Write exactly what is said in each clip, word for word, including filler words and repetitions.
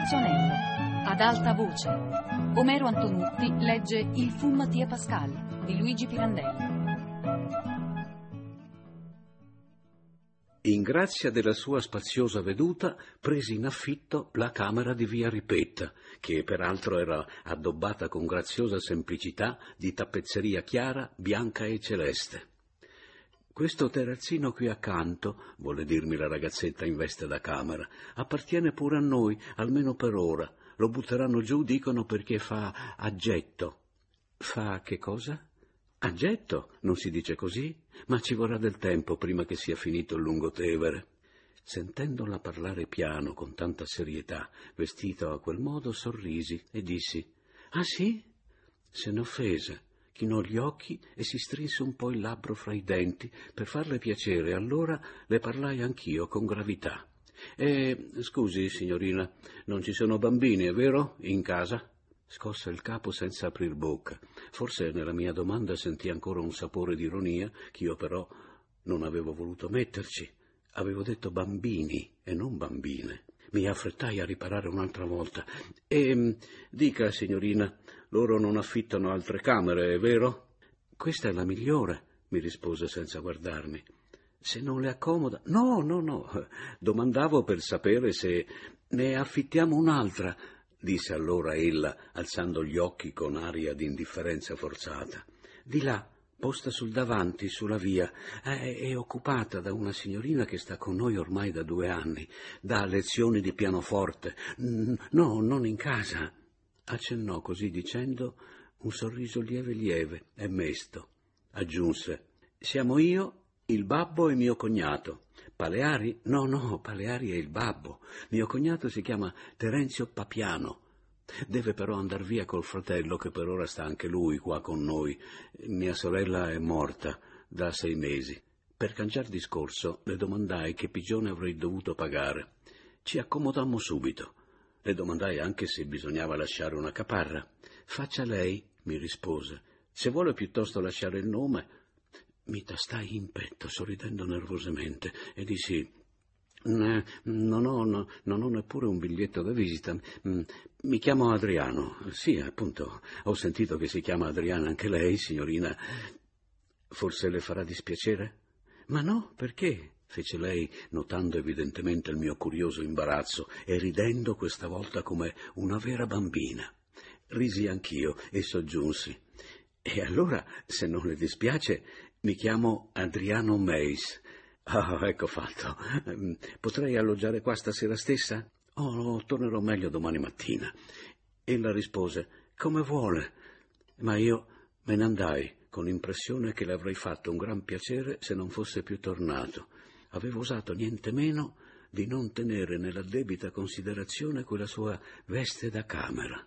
Terzo anello. Ad alta voce. Omero Antonutti legge Il fu Mattia Pascal di Luigi Pirandelli. In grazia della sua spaziosa veduta, presi in affitto la camera di via Ripetta, che peraltro era addobbata con graziosa semplicità di tappezzeria chiara, bianca e celeste. Questo terrazzino qui accanto, vuole dirmi la ragazzetta in veste da camera, appartiene pure a noi, almeno per ora. Lo butteranno giù, dicono, perché fa aggetto. Fa che cosa? Aggetto, non si dice così, ma ci vorrà del tempo prima che sia finito il lungotevere. Sentendola parlare piano, con tanta serietà, vestito a quel modo, sorrisi e dissi: «Ah sì?» Se ne offese, chinò gli occhi e si strinse un po' il labbro fra i denti per farle piacere. Allora le parlai anch'io con gravità. «E, scusi, signorina, non ci sono bambini, è vero, in casa?» Scosse il capo senza aprir bocca. Forse nella mia domanda sentì ancora un sapore di ironia che io però non avevo voluto metterci. Avevo detto bambini e non bambine. Mi affrettai a riparare un'altra volta. «E dica, signorina, loro non affittano altre camere, è vero?» «Questa è la migliore», mi rispose senza guardarmi. «Se non le accomoda...» «No, no, no, domandavo per sapere se ne affittiamo un'altra», disse allora ella, alzando gli occhi con aria di indifferenza forzata. «Di là, posta sul davanti, sulla via, è, è occupata da una signorina che sta con noi ormai da due anni. Dà lezioni di pianoforte. No, non in casa». Accennò così dicendo un sorriso lieve lieve e mesto. Aggiunse: «Siamo io, il babbo e mio cognato. Paleari? No, no, Paleari è il babbo. Mio cognato si chiama Terenzio Papiano. Deve però andar via col fratello, che per ora sta anche lui qua con noi. Mia sorella è morta da sei mesi». Per cangiar discorso le domandai che pigione avrei dovuto pagare. Ci accomodammo subito. Le domandai anche se bisognava lasciare una caparra. «Faccia lei», mi rispose. «Se vuole piuttosto lasciare il nome...» Mi tastai in petto, sorridendo nervosamente, e dissi: «Non ho, no, non ho neppure un biglietto da visita. Mi chiamo Adriano». «Sì, appunto, ho sentito che si chiama Adriana anche lei, signorina. Forse le farà dispiacere?» «Ma no, perché?» fece lei, notando evidentemente il mio curioso imbarazzo e ridendo questa volta come una vera bambina. Risi anch'io e soggiunsi: «E allora, se non le dispiace, mi chiamo Adriano Meis». «Ah, ecco fatto. Potrei alloggiare qua stasera stessa?» «Oh, tornerò meglio domani mattina». Ella rispose: «Come vuole». Ma io me ne andai, con l'impressione che le avrei fatto un gran piacere se non fosse più tornato. Avevo osato niente meno di non tenere nella debita considerazione quella sua veste da camera.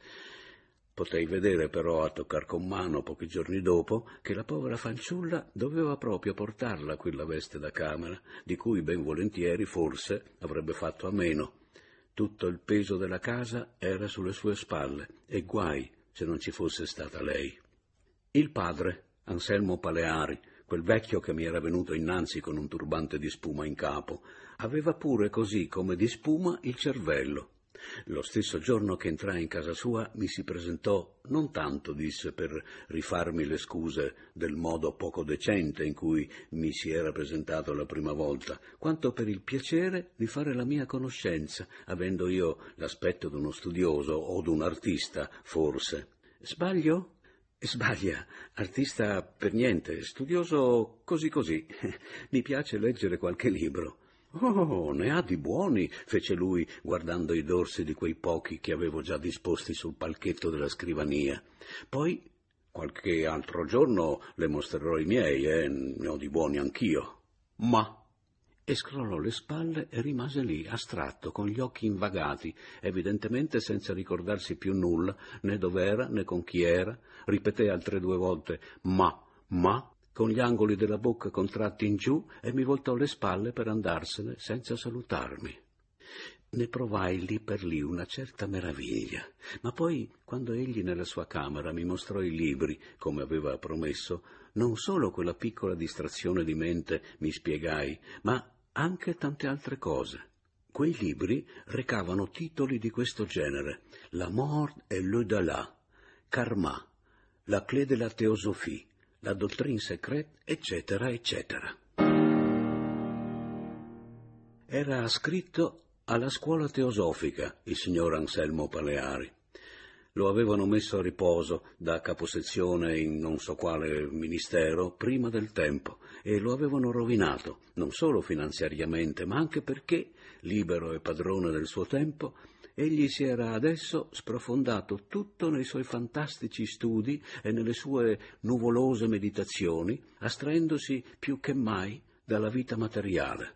Potei vedere però a toccar con mano pochi giorni dopo che la povera fanciulla doveva proprio portarla quella veste da camera, di cui ben volentieri forse avrebbe fatto a meno. Tutto il peso della casa era sulle sue spalle, e guai se non ci fosse stata lei. Il padre, Anselmo Paleari, quel vecchio che mi era venuto innanzi con un turbante di spuma in capo, aveva pure così come di spuma il cervello. Lo stesso giorno che entrai in casa sua mi si presentò, non tanto, disse, per rifarmi le scuse del modo poco decente in cui mi si era presentato la prima volta, quanto per il piacere di fare la mia conoscenza, avendo io l'aspetto d'uno studioso o d'un artista, forse. Sbaglio? Sbaglia, artista per niente, studioso così così. Mi piace leggere qualche libro. «Oh, ne ha di buoni», fece lui, guardando i dorsi di quei pochi che avevo già disposti sul palchetto della scrivania. «Poi, qualche altro giorno le mostrerò i miei, eh, ne ho di buoni anch'io». «Ma...» E scrollò le spalle e rimase lì, astratto, con gli occhi invagati, evidentemente senza ricordarsi più nulla, né dov'era, né con chi era. Ripeté altre due volte «ma, ma», con gli angoli della bocca contratti in giù, e mi voltò le spalle per andarsene senza salutarmi. Ne provai lì per lì una certa meraviglia, ma poi, quando egli nella sua camera mi mostrò i libri, come aveva promesso, non solo quella piccola distrazione di mente mi spiegai, ma anche tante altre cose. Quei libri recavano titoli di questo genere: La mort et l'au-delà, Karma, La clé de la théosophie, La doctrine secrète, eccetera, eccetera. Era ascritto alla scuola teosofica il signor Anselmo Paleari. Lo avevano messo a riposo da caposezione in non so quale ministero prima del tempo e lo avevano rovinato, non solo finanziariamente, ma anche perché, libero e padrone del suo tempo, egli si era adesso sprofondato tutto nei suoi fantastici studi e nelle sue nuvolose meditazioni, astraendosi più che mai dalla vita materiale.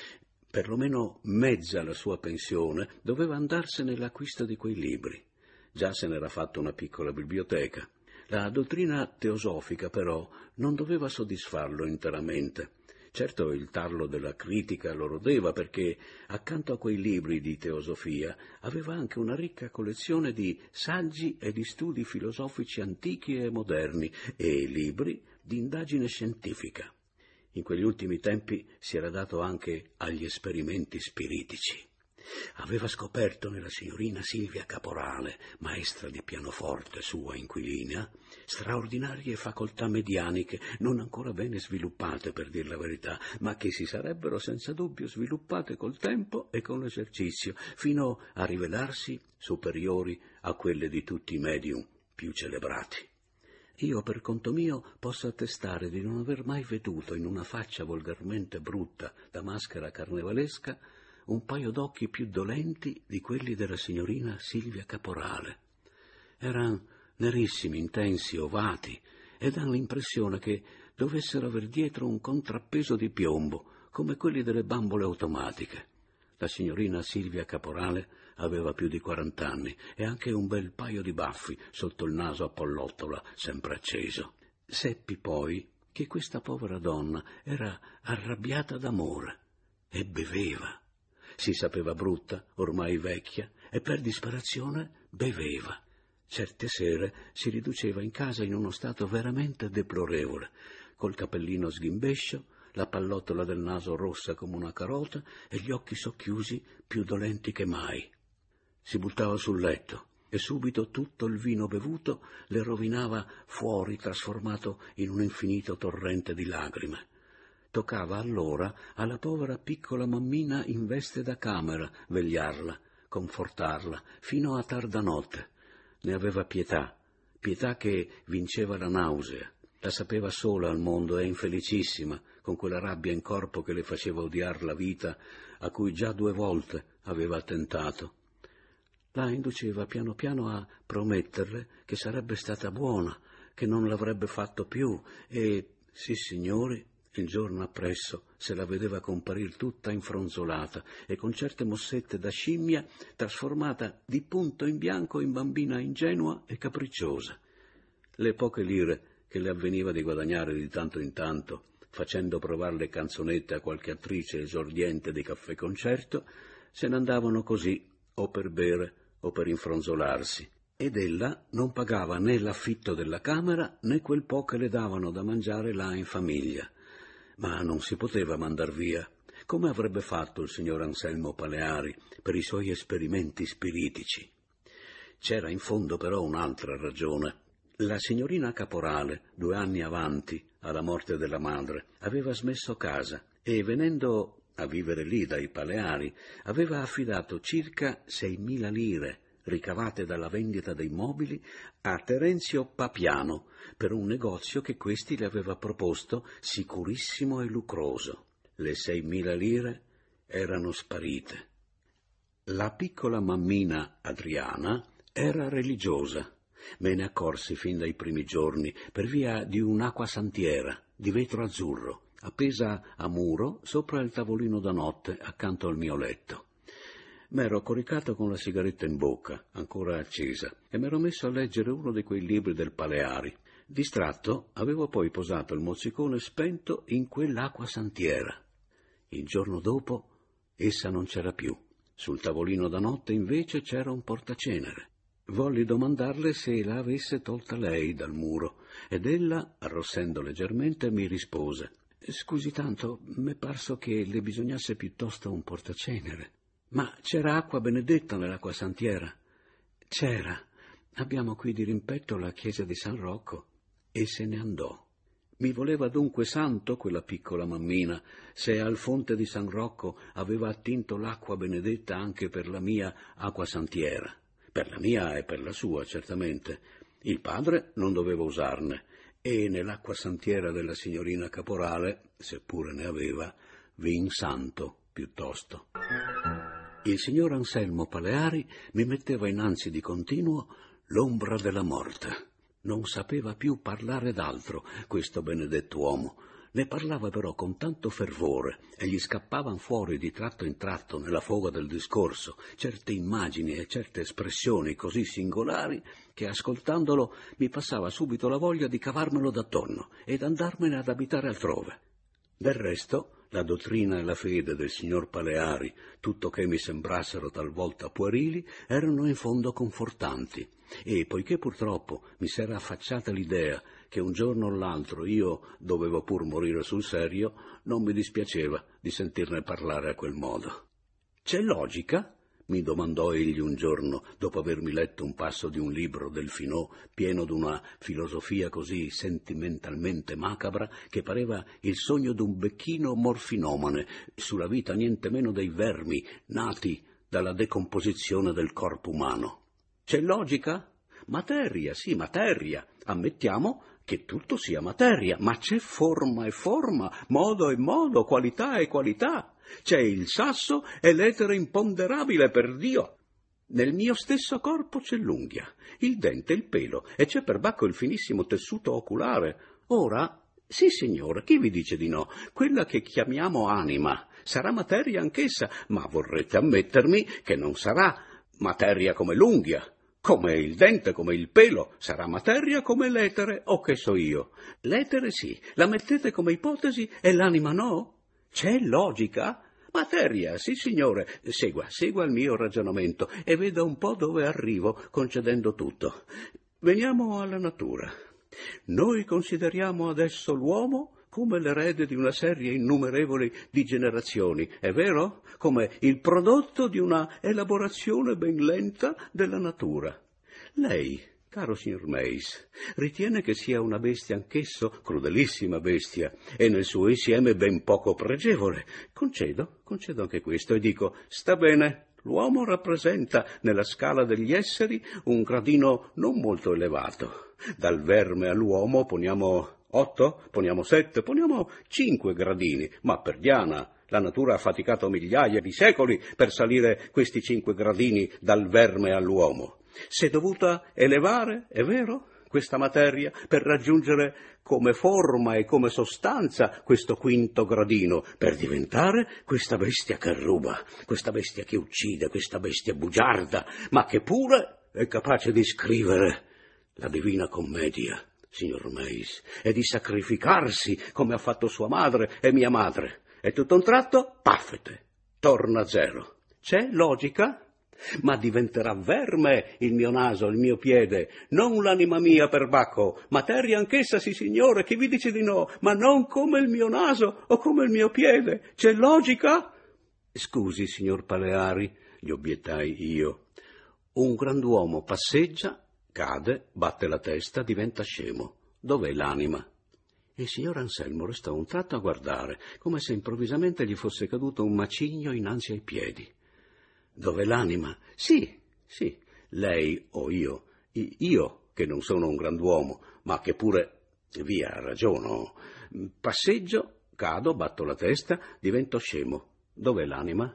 Perlomeno mezza la sua pensione doveva andarsene nell'acquisto di quei libri. Già se n'era fatto una piccola biblioteca. La dottrina teosofica, però, non doveva soddisfarlo interamente. Certo, il tarlo della critica lo rodeva perché, accanto a quei libri di teosofia, aveva anche una ricca collezione di saggi e di studi filosofici antichi e moderni e libri di indagine scientifica. In quegli ultimi tempi si era dato anche agli esperimenti spiritici. Aveva scoperto nella signorina Silvia Caporale, maestra di pianoforte sua inquilina, straordinarie facoltà medianiche, non ancora bene sviluppate per dir la verità, ma che si sarebbero senza dubbio sviluppate col tempo e con l'esercizio, fino a rivelarsi superiori a quelle di tutti i medium più celebrati. Io, per conto mio, posso attestare di non aver mai veduto in una faccia volgarmente brutta da maschera carnevalesca un paio d'occhi più dolenti di quelli della signorina Silvia Caporale. Eran nerissimi, intensi, ovati, e dan l'impressione che dovessero aver dietro un contrappeso di piombo, come quelli delle bambole automatiche. La signorina Silvia Caporale aveva più di quarant'anni e anche un bel paio di baffi sotto il naso a pollottola, sempre acceso. Seppi poi che questa povera donna era arrabbiata d'amore e beveva. Si sapeva brutta, ormai vecchia, e per disperazione beveva. Certe sere si riduceva in casa in uno stato veramente deplorevole, col capellino sghimbescio, la pallottola del naso rossa come una carota e gli occhi socchiusi più dolenti che mai. Si buttava sul letto e subito tutto il vino bevuto le rovinava fuori, trasformato in un infinito torrente di lagrime. Toccava allora alla povera piccola mammina in veste da camera vegliarla, confortarla, fino a tarda notte. Ne aveva pietà, pietà che vinceva la nausea. La sapeva sola al mondo e infelicissima, con quella rabbia in corpo che le faceva odiar la vita a cui già due volte aveva tentato. La induceva piano piano a prometterle che sarebbe stata buona, che non l'avrebbe fatto più e, sì signori, il giorno appresso se la vedeva comparir tutta infronzolata e con certe mossette da scimmia trasformata di punto in bianco in bambina ingenua e capricciosa. Le poche lire che le avveniva di guadagnare di tanto in tanto, facendo provare le canzonette a qualche attrice esordiente di caffè concerto, se ne andavano così, o per bere o per infronzolarsi, ed ella non pagava né l'affitto della camera né quel po' che le davano da mangiare là in famiglia. Ma non si poteva mandar via, come avrebbe fatto il signor Anselmo Paleari per i suoi esperimenti spiritici. C'era in fondo però un'altra ragione. La signorina Caporale, due anni avanti, alla morte della madre, aveva smesso casa e, venendo a vivere lì dai Paleari, aveva affidato circa seimila lire ricavate dalla vendita dei mobili a Terenzio Papiano per un negozio che questi le aveva proposto sicurissimo e lucroso. Le seimila lire erano sparite. La piccola mammina Adriana era religiosa. Me ne accorsi fin dai primi giorni per via di un'acqua santiera di vetro azzurro, appesa a muro sopra il tavolino da notte accanto al mio letto. M'ero coricato con la sigaretta in bocca, ancora accesa, e m'ero messo a leggere uno di quei libri del Paleari. Distratto, avevo poi posato il mozzicone spento in quell'acqua santiera. Il giorno dopo essa non c'era più. Sul tavolino da notte invece c'era un portacenere. Volli domandarle se la avesse tolta lei dal muro, ed ella, arrossendo leggermente, mi rispose: «Scusi tanto, m'è parso che le bisognasse piuttosto un portacenere». Ma c'era acqua benedetta nell'acqua santiera? C'era. Abbiamo qui di rimpetto la chiesa di San Rocco. E se ne andò. Mi voleva dunque santo quella piccola mammina, se al fonte di San Rocco aveva attinto l'acqua benedetta anche per la mia acqua santiera. Per la mia e per la sua, certamente. Il padre non doveva usarne, e nell'acqua santiera della signorina Caporale, seppure ne aveva, vin santo piuttosto. Il signor Anselmo Paleari mi metteva innanzi di continuo l'ombra della morte. Non sapeva più parlare d'altro, questo benedetto uomo. Ne parlava però con tanto fervore e gli scappavan fuori di tratto in tratto, nella foga del discorso, certe immagini e certe espressioni così singolari che, ascoltandolo, mi passava subito la voglia di cavarmelo d'attorno ed andarmene ad abitare altrove. Del resto, la dottrina e la fede del signor Paleari, tutto che mi sembrassero talvolta puerili, erano in fondo confortanti, e poiché purtroppo mi s'era affacciata l'idea che un giorno o l'altro io dovevo pur morire sul serio, non mi dispiaceva di sentirne parlare a quel modo. «C'è logica?» mi domandò egli un giorno, dopo avermi letto un passo di un libro del Finot, pieno d'una filosofia così sentimentalmente macabra che pareva il sogno d'un becchino morfinomane sulla vita niente meno dei vermi nati dalla decomposizione del corpo umano. «C'è logica?» «Materia, sì, materia. Ammettiamo che tutto sia materia, ma c'è forma e forma, modo e modo, qualità e qualità. C'è il sasso e l'etere imponderabile, per Dio. Nel mio stesso corpo c'è l'unghia, il dente, il pelo, e c'è per Bacco il finissimo tessuto oculare. Ora, sì signore, chi vi dice di no? Quella che chiamiamo anima sarà materia anch'essa, ma vorrete ammettermi che non sarà materia come l'unghia, come il dente, come il pelo, sarà materia come l'etere, o che so io. L'etere sì, la mettete come ipotesi e l'anima no? C'è logica? Materia, sì signore, segua, segua il mio ragionamento e veda un po' dove arrivo concedendo tutto. Veniamo alla natura. Noi consideriamo adesso l'uomo come l'erede di una serie innumerevole di generazioni, è vero? Come il prodotto di una elaborazione ben lenta della natura. Lei, caro signor Meis, ritiene che sia una bestia anch'esso, crudelissima bestia, e nel suo insieme ben poco pregevole. Concedo, concedo anche questo, e dico, sta bene, l'uomo rappresenta nella scala degli esseri un gradino non molto elevato. Dal verme all'uomo poniamo otto, poniamo sette, poniamo cinque gradini, ma per Diana la natura ha faticato migliaia di secoli per salire questi cinque gradini dal verme all'uomo. S'è dovuta elevare, è vero, questa materia per raggiungere come forma e come sostanza questo quinto gradino, per diventare questa bestia che ruba, questa bestia che uccide, questa bestia bugiarda, ma che pure è capace di scrivere la Divina Commedia, signor Meis, e di sacrificarsi come ha fatto sua madre e mia madre. E tutto un tratto, paffete, torna a zero. C'è logica? Ma diventerà verme il mio naso, il mio piede, non l'anima mia per Bacco, materia anch'essa, sì signore, chi vi dice di no, ma non come il mio naso o come il mio piede. C'è logica? Scusi, signor Paleari, gli obiettai io. Un grand'uomo passeggia, cade, batte la testa, diventa scemo. Dov'è l'anima? Il signor Anselmo restò un tratto a guardare, come se improvvisamente gli fosse caduto un macigno innanzi ai piedi. Dov'è l'anima? Sì, sì, lei o io, io che non sono un grand'uomo, ma che pure, via, ragiono, passeggio, cado, batto la testa, divento scemo. Dov'è l'anima?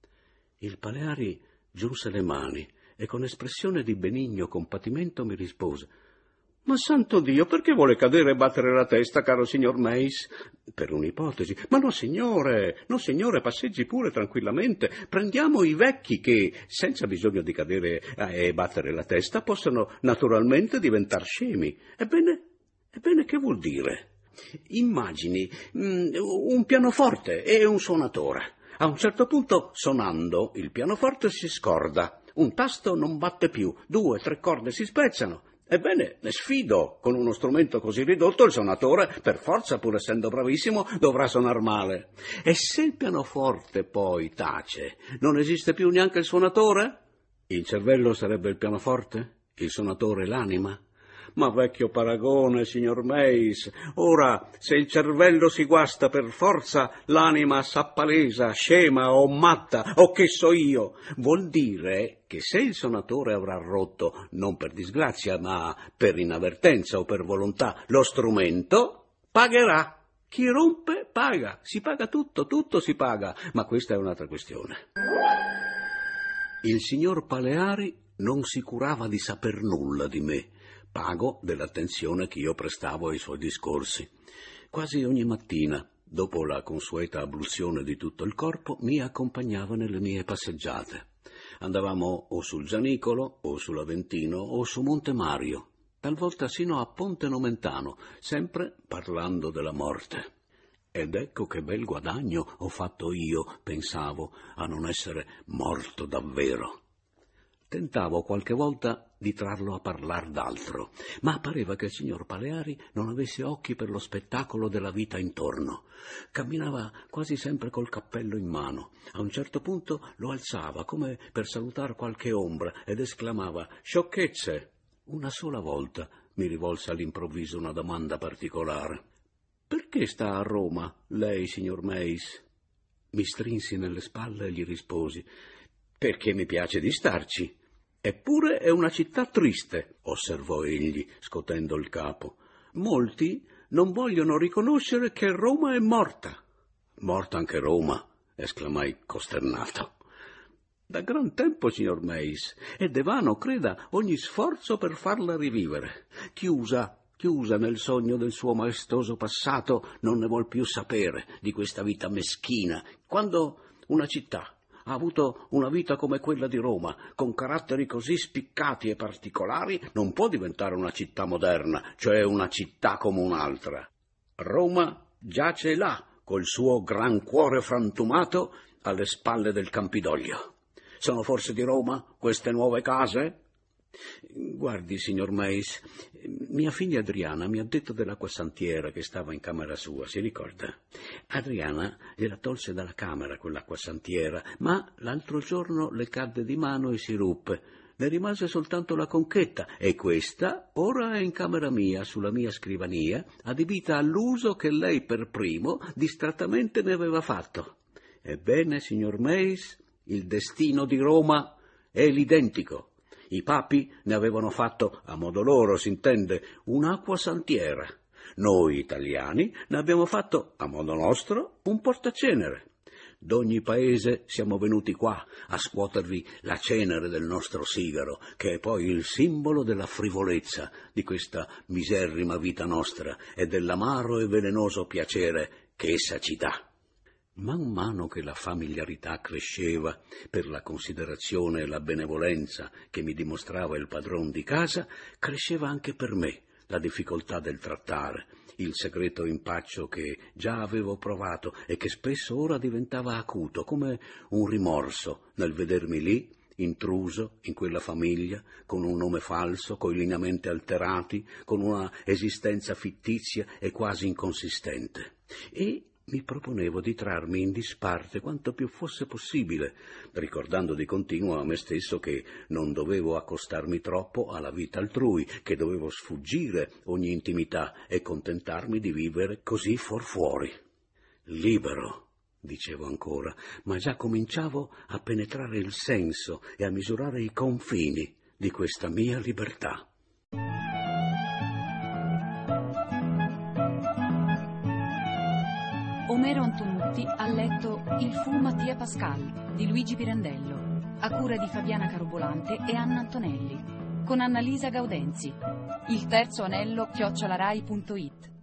Il Paleari giunse le mani e con espressione di benigno compatimento mi rispose: «Ma santo Dio, perché vuole cadere e battere la testa, caro signor Meis?» «Per un'ipotesi». «Ma no, signore, no, signore, passeggi pure tranquillamente. Prendiamo i vecchi che, senza bisogno di cadere e battere la testa, possono naturalmente diventar scemi. Ebbene, ebbene, che vuol dire? Immagini mh, un pianoforte e un suonatore. A un certo punto, suonando, il pianoforte si scorda. Un tasto non batte più, due, tre corde si spezzano. Ebbene, ne sfido, con uno strumento così ridotto il suonatore, per forza, pur essendo bravissimo, dovrà suonar male. E se il pianoforte poi tace, non esiste più neanche il suonatore? Il cervello sarebbe il pianoforte? Il suonatore l'anima? Ma vecchio paragone, signor Meis, ora, se il cervello si guasta per forza, l'anima s'appalesa, scema o matta, o che so io. Vuol dire che se il suonatore avrà rotto, non per disgrazia, ma per inavvertenza o per volontà, lo strumento, pagherà. Chi rompe, paga. Si paga tutto, tutto si paga. Ma questa è un'altra questione. Il signor Paleari non si curava di saper nulla di me, pago dell'attenzione che io prestavo ai suoi discorsi. Quasi ogni mattina, dopo la consueta abluzione di tutto il corpo, mi accompagnava nelle mie passeggiate. Andavamo o sul Gianicolo, o sull'Aventino, o su Monte Mario, talvolta sino a Ponte Nomentano, sempre parlando della morte. Ed ecco che bel guadagno ho fatto io, pensavo, a non essere morto davvero. Tentavo qualche volta di trarlo a parlar d'altro, ma pareva che il signor Paleari non avesse occhi per lo spettacolo della vita intorno. Camminava quasi sempre col cappello in mano. A un certo punto lo alzava come per salutar qualche ombra ed esclamava «Sciocchezze!». Una sola volta mi rivolse all'improvviso una domanda particolare. «Perché sta a Roma, lei, signor Meis?» Mi strinsi nelle spalle e gli risposi «Perché mi piace di starci». «Eppure è una città triste», osservò egli, scotendo il capo. «Molti non vogliono riconoscere che Roma è morta». «Morta anche Roma», esclamai costernato. «Da gran tempo, signor Meis, ed è vano, creda, ogni sforzo per farla rivivere. Chiusa, chiusa nel sogno del suo maestoso passato, non ne vuol più sapere di questa vita meschina. Quando una città ha avuto una vita come quella di Roma, con caratteri così spiccati e particolari, non può diventare una città moderna, cioè una città come un'altra. Roma giace là, col suo gran cuore frantumato, alle spalle del Campidoglio. Sono forse di Roma queste nuove case? Guardi, signor Meis, mia figlia Adriana mi ha detto dell'acquasantiera che stava in camera sua, si ricorda? Adriana gliela tolse dalla camera quell'acquasantiera, ma l'altro giorno le cadde di mano e si ruppe. Ne rimase soltanto la conchetta e questa ora è in camera mia, sulla mia scrivania, adibita all'uso che lei per primo distrattamente ne aveva fatto. Ebbene, signor Meis, il destino di Roma è l'identico. I papi ne avevano fatto, a modo loro s'intende, un'acquasantiera. Noi italiani ne abbiamo fatto, a modo nostro, un portacenere. D'ogni paese siamo venuti qua a scuotervi la cenere del nostro sigaro, che è poi il simbolo della frivolezza di questa miserrima vita nostra e dell'amaro e velenoso piacere che essa ci dà. Man mano che la familiarità cresceva per la considerazione e la benevolenza che mi dimostrava il padron di casa, cresceva anche per me la difficoltà del trattare, il segreto impaccio che già avevo provato e che spesso ora diventava acuto, come un rimorso nel vedermi lì, intruso in quella famiglia, con un nome falso, coi lineamenti alterati, con una esistenza fittizia e quasi inconsistente. E mi proponevo di trarmi in disparte quanto più fosse possibile, ricordando di continuo a me stesso che non dovevo accostarmi troppo alla vita altrui, che dovevo sfuggire ogni intimità e contentarmi di vivere così for fuori. Libero, dicevo ancora, ma già cominciavo a penetrare il senso e a misurare i confini di questa mia libertà. Omero Antonutti ha letto Il fu Mattia Pascal di Luigi Pirandello, a cura di Fabiana Carobolante e Anna Antonelli, con Annalisa Gaudenzi. Il terzo anello chiocciolarai punto it.